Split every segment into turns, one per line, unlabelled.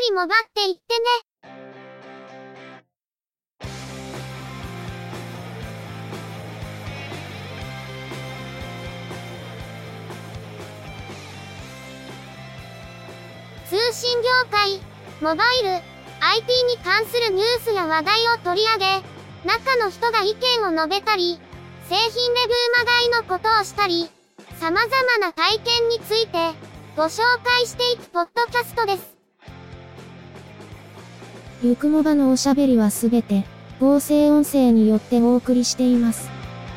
りもばっていってね。通信業界、モバイル、IT に関するニュースや話題を取り上げ、中の人が意見を述べたり、製品レビューまがいのことをしたり、様々な体験についてご紹介していくポッドキャストです。
ゆくもばのおしゃべりはすべて合成音声によってお送りしています。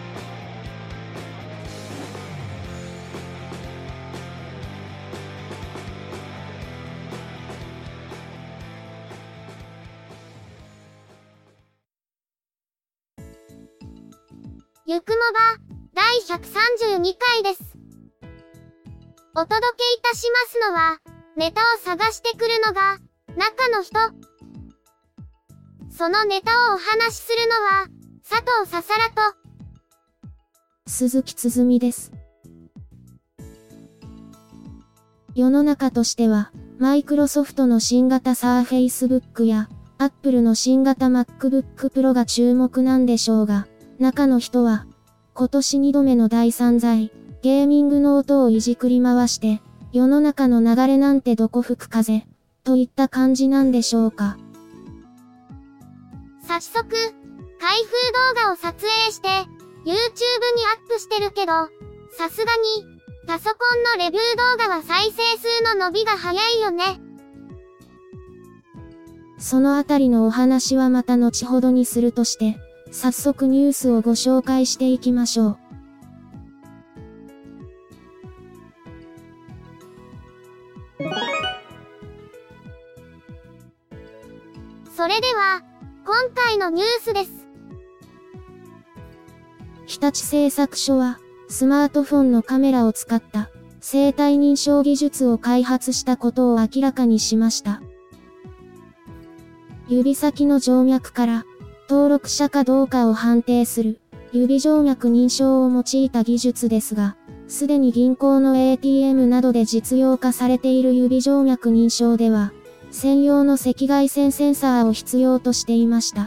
ゆくもば第132回です。お届けいたしますのは、ネタを探してくるのが中の人。そのネタをお話しするのは佐藤ささらと
鈴木つづみです。世の中としては、マイクロソフトの新型サーフェイスブックや、アップルの新型 MacBook Pro が注目なんでしょうが、中の人は、今年2度目の第3代、ゲーミングの音をいじくり回して、世の中の流れなんてどこ吹く風、といった感じなんでしょうか。
早速、開封動画を撮影して、YouTube にアップしてるけど、さすがに、パソコンのレビュー動画は再生数の伸びが早いよね。
そのあたりのお話はまた後ほどにするとして、早速ニュースをご紹介していきましょう。
それでは、今回のニュースです。
日立製作所は、スマートフォンのカメラを使った生体認証技術を開発したことを明らかにしました。指先の静脈から登録者かどうかを判定する指静脈認証を用いた技術ですが、すでに銀行の ATM などで実用化されている指静脈認証では、専用の赤外線センサーを必要としていました。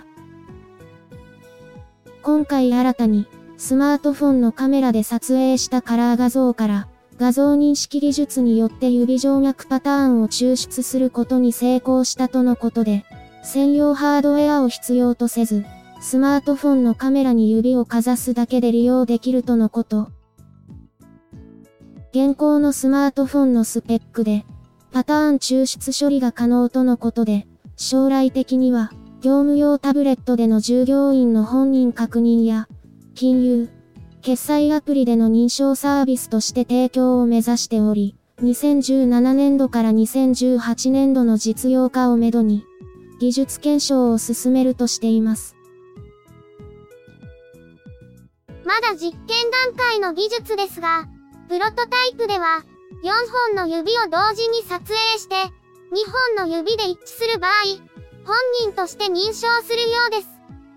今回新たに、スマートフォンのカメラで撮影したカラー画像から、画像認識技術によって指静脈パターンを抽出することに成功したとのことで、専用ハードウェアを必要とせず、スマートフォンのカメラに指をかざすだけで利用できるとのこと。現行のスマートフォンのスペックで、パターン抽出処理が可能とのことで、将来的には、業務用タブレットでの従業員の本人確認や、金融、決済アプリでの認証サービスとして提供を目指しており、2017年度から2018年度の実用化をめどに、技術検証を進めるとしています。
まだ実験段階の技術ですが、プロトタイプでは、4本の指を同時に撮影して、2本の指で一致する場合、本人として認証するようです。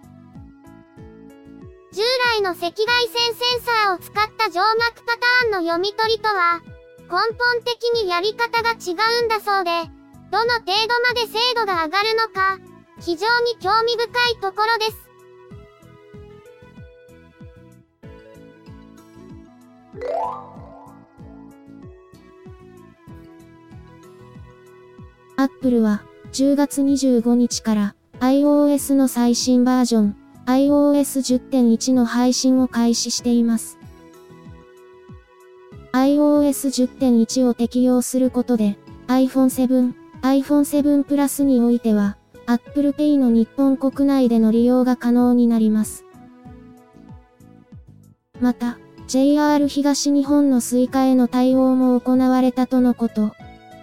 従来の赤外線センサーを使った静脈パターンの読み取りとは、根本的にやり方が違うんだそうで、どの程度まで精度が上がるのか、非常に興味深いところです。
Apple は10月25日から iOS の最新バージョン iOS 10.1 の配信を開始しています。iOS 10.1 を適用することで iPhone 7、iPhone 7 Plus においては Apple Pay の日本国内での利用が可能になります。また、JR 東日本のSuicaへの対応も行われたとのこと。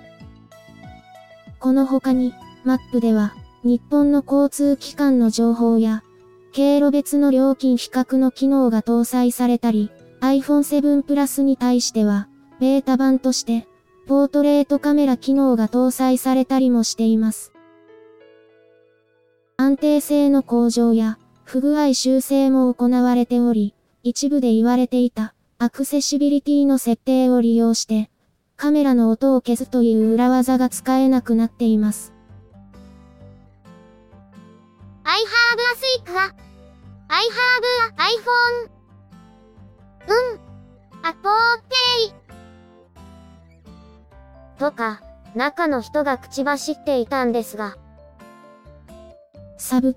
この他に、マップでは、日本の交通機関の情報や、経路別の料金比較の機能が搭載されたり、iPhone 7 Plus に対しては、ベータ版として、ポートレートカメラ機能が搭載されたりもしています。安定性の向上や、不具合修正も行われており、一部で言われていた、アクセシビリティの設定を利用して、カメラの音を消すという裏技が使えなくなっています。
I have a Suica. I have a iPhone. Apple Pay. とか、中の人が口走っていたんですが。
サブ。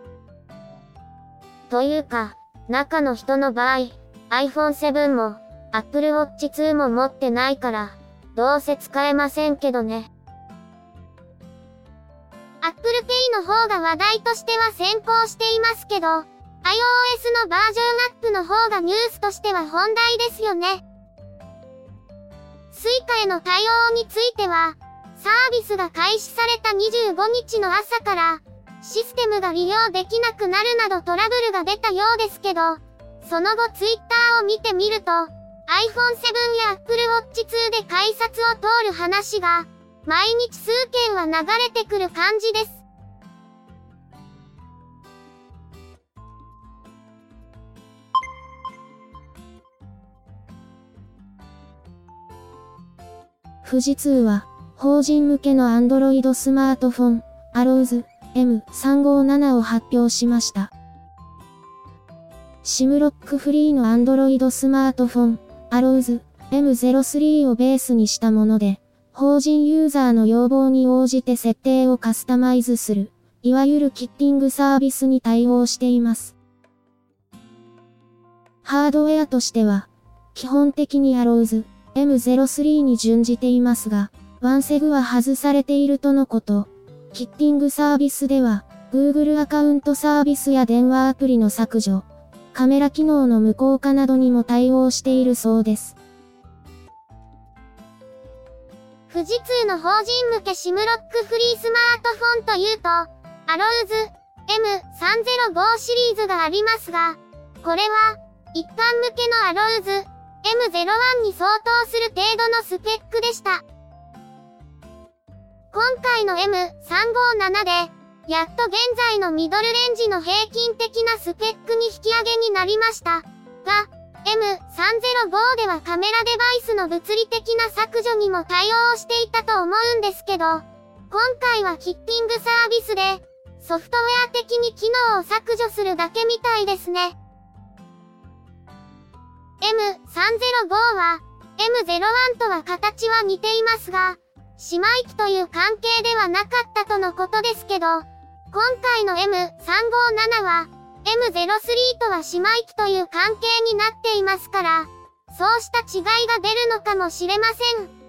というか、中の人の場合、iPhone 7も、Apple Watch 2も持ってないから、どうせ使えませんけどね。Apple Pay の方が話題としては先行していますけど、iOS のバージョンアップの方がニュースとしては本題ですよね。Suica への対応については、サービスが開始された25日の朝から、システムが利用できなくなるなどトラブルが出たようですけど、その後 Twitter を見てみると、iPhone 7や Apple Watch 2で改札を通る話が、毎日数件は流れてくる感じです。
富士通は、法人向けの Android スマートフォン、Arrows M357 を発表しました。SIM ロックフリーの Android スマートフォン、Arrows M03 をベースにしたもので、法人ユーザーの要望に応じて設定をカスタマイズする、いわゆるキッティングサービスに対応しています。ハードウェアとしては、基本的に Arrows M03 に準じていますが、ワンセグは外されているとのこと。キッティングサービスでは、Google アカウントサービスや電話アプリの削除、カメラ機能の無効化などにも対応しているそうです。
富士通の法人向け SIM ロックフリースマートフォンというと、Arrows M305 シリーズがありますが、これは、一般向けの Arrows M01 に相当する程度のスペックでした。今回の M357 で、やっと現在のミドルレンジの平均的なスペックに引き上げになりました。が、M305 ではカメラデバイスの物理的な削除にも対応していたと思うんですけど、今回はキッティングサービスで、ソフトウェア的に機能を削除するだけみたいですね。M305 は、M01 とは形は似ていますが、姉妹機という関係ではなかったとのことですけど、今回の M357 は、M03 とは姉妹機という関係になっていますから、そうした違いが出るのかもしれません。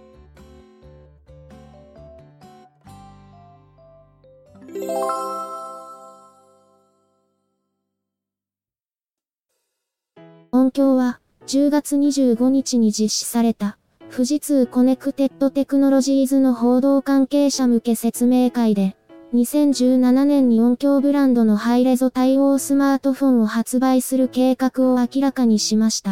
音響は、10月25日に実施された、富士通コネクテッドテクノロジーズの報道関係者向け説明会で、2017年に音響ブランドのハイレゾ対応スマートフォンを発売する計画を明らかにしました。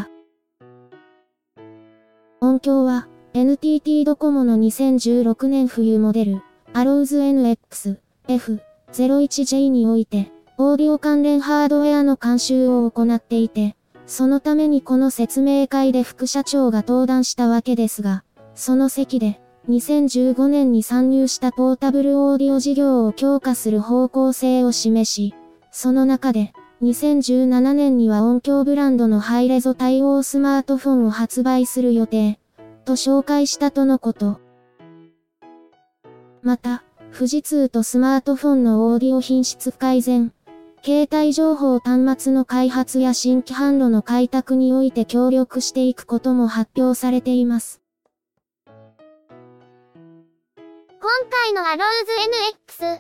音響は、NTT ドコモの2016年冬モデル、Arrows NX F01J において、オーディオ関連ハードウェアの監修を行っていて、そのためにこの説明会で副社長が登壇したわけですが、その席で、2015年に参入したポータブルオーディオ事業を強化する方向性を示し、その中で、2017年には音響ブランドのハイレゾ対応スマートフォンを発売する予定、と紹介したとのこと。また、富士通とスマートフォンのオーディオ品質改善、携帯情報端末の開発や新規販路の開拓において協力していくことも発表されています。
今回の Arrows NX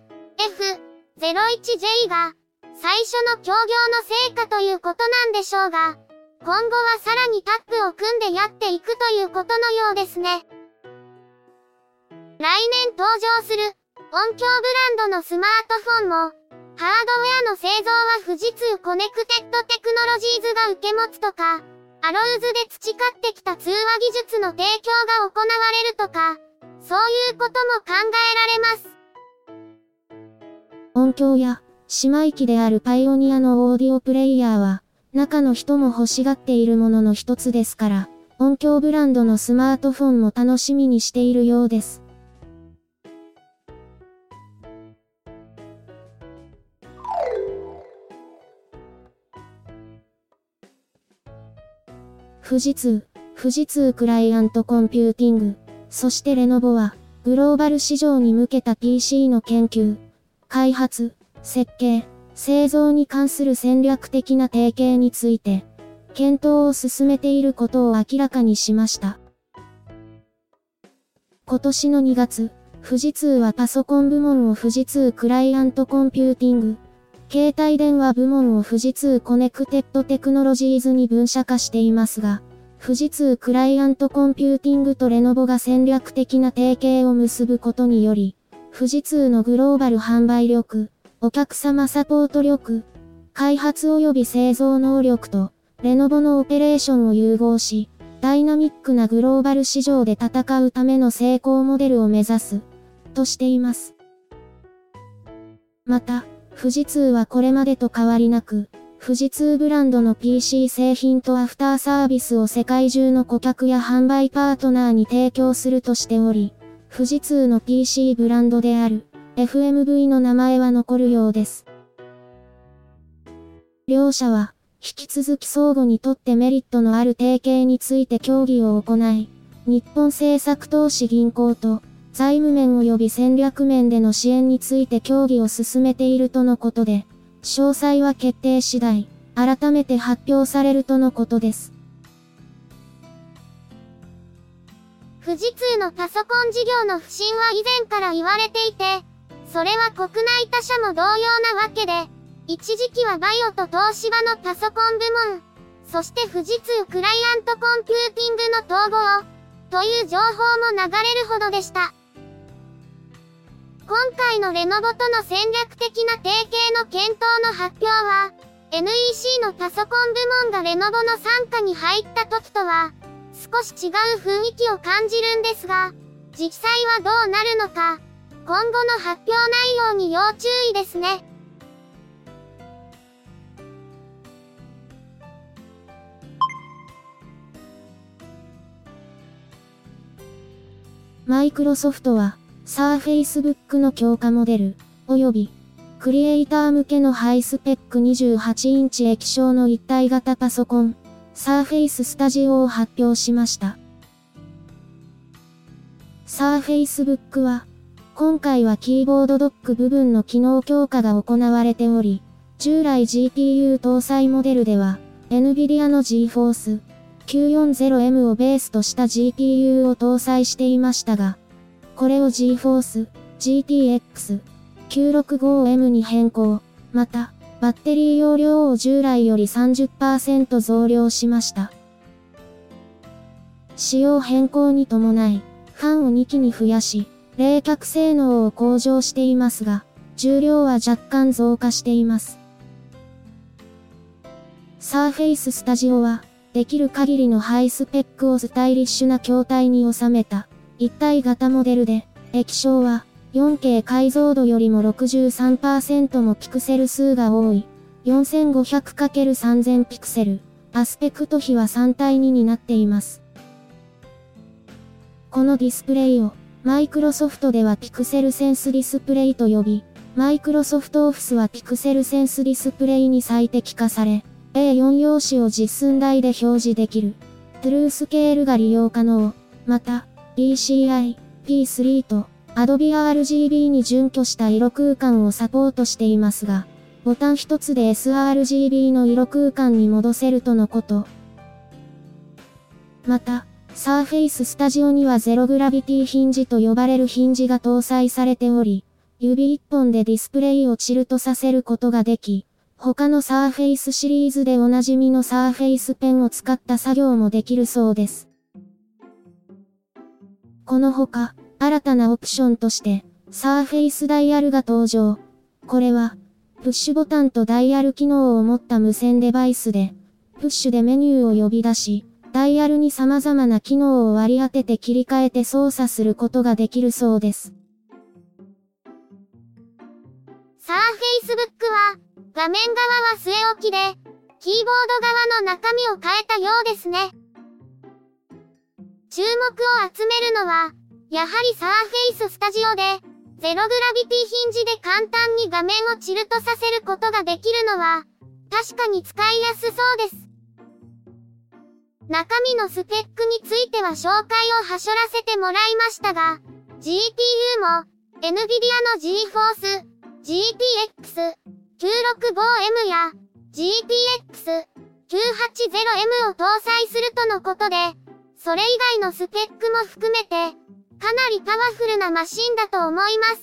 F01J が最初の協業の成果ということなんでしょうが、今後はさらにタッグを組んでやっていくということのようですね。来年登場する音響ブランドのスマートフォンも、ハードウェアの製造は富士通コネクテッドテクノロジーズが受け持つとか、Arrowsで培ってきた通話技術の提供が行われるとか、そういうことも考えられます。
音響や姉妹機であるパイオニアのオーディオプレイヤーは、中の人も欲しがっているものの一つですから、音響ブランドのスマートフォンも楽しみにしているようです。 富士通クライアントコンピューティング、そしてレノボは、グローバル市場に向けた PC の研究、開発、設計、製造に関する戦略的な提携について、検討を進めていることを明らかにしました。今年の2月、富士通はパソコン部門を富士通クライアントコンピューティング、携帯電話部門を富士通コネクテッドテクノロジーズに分社化していますが、富士通クライアントコンピューティングとレノボが戦略的な提携を結ぶことにより、富士通のグローバル販売力、お客様サポート力、開発及び製造能力と、レノボのオペレーションを融合し、ダイナミックなグローバル市場で戦うための成功モデルを目指す、としています。また、富士通はこれまでと変わりなく、富士通ブランドの PC 製品とアフターサービスを世界中の顧客や販売パートナーに提供するとしており、富士通の PC ブランドである FMV の名前は残るようです。両社は引き続き相互にとってメリットのある提携について協議を行い、日本政策投資銀行と財務面及び戦略面での支援について協議を進めているとのことで、詳細は決定次第、改めて発表されるとのことです。
富士通のパソコン事業の不振は以前から言われていて、それは国内他社も同様なわけで、一時期はバイオと東芝のパソコン部門、そして富士通クライアントコンピューティングの統合、という情報も流れるほどでした。今回のレノボとの戦略的な提携の検討の発表は、NEC のパソコン部門がレノボの傘下に入った時とは、少し違う雰囲気を感じるんですが、実際はどうなるのか、今後の発表内容に要注意ですね。
マイクロソフトは、Facebook の強化モデル、及び、クリエイター向けのハイスペック28インチ液晶の一体型パソコン、Surface Studio を発表しました。Facebook は、今回はキーボードドック部分の機能強化が行われており、従来 GPU 搭載モデルでは、NVIDIA の GeForce940M をベースとした GPU を搭載していましたが、これを GeForce GTX 965M に変更。また、バッテリー容量を従来より 30% 増量しました。仕様変更に伴い、ファンを2機に増やし、冷却性能を向上していますが、重量は若干増加しています。Surface Studio は、できる限りのハイスペックをスタイリッシュな筐体に収めた、一体型モデルで、液晶は、4K 解像度よりも 63% もピクセル数が多い、4500×3000 ピクセル、アスペクト比は3対2になっています。このディスプレイを、マイクロソフトではピクセルセンスディスプレイと呼び、マイクロソフトオフィスはピクセルセンスディスプレイに最適化され、A4 用紙を実寸大で表示できる、トゥルースケールが利用可能、また、PCI P3 と Adobe RGB に準拠した色空間をサポートしていますが、ボタン一つで sRGB の色空間に戻せるとのこと。また、Surface Studio にはゼログラビティヒンジと呼ばれるヒンジが搭載されており、指一本でディスプレイをチルトさせることができ、他の Surface シリーズでおなじみの Surface ペンを使った作業もできるそうです。このほか、新たなオプションとして、Surface ダイヤルが登場。これは、プッシュボタンとダイヤル機能を持った無線デバイスで、プッシュでメニューを呼び出し、ダイヤルに様々な機能を割り当てて切り替えて操作することができるそうです。
さあ Facebook は、画面側は据え置きで、キーボード側の中身を変えたようですね。注目を集めるのは、やはり Surface Studio で、ゼログラビティヒンジで簡単に画面をチルトさせることができるのは、確かに使いやすそうです。 中身のスペックについては紹介をはしょらせてもらいましたが、GPU も、NVIDIA の GeForce GTX965M や GTX980M を搭載するとのことで、それ以外のスペックも含めて、かなりパワフルなマシンだと思います。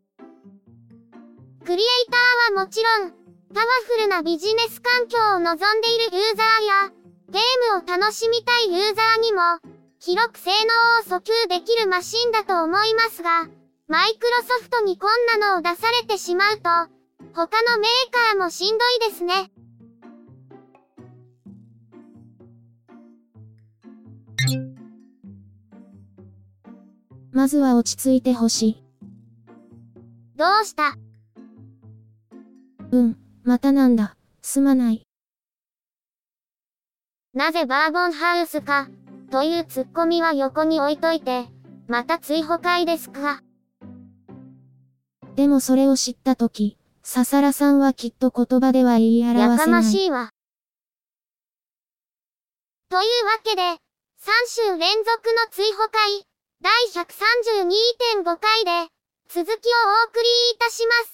クリエイターはもちろん、パワフルなビジネス環境を望んでいるユーザーや、ゲームを楽しみたいユーザーにも、広く性能を訴求できるマシンだと思いますが、マイクロソフトにこんなのを出されてしまうと、他のメーカーもしんどいですね。
まずは落ち着いてほしい。
どうした？
またなんだ、すまない。
なぜバーボンハウスか、というツッコミは横に置いといて、また追放会ですか？
でもそれを知ったとき、笹良さんはきっと言葉では言い表せない。
やかましいわ。というわけで、3週連続の追放会、第 132.5 回で、続きをお送りいたします。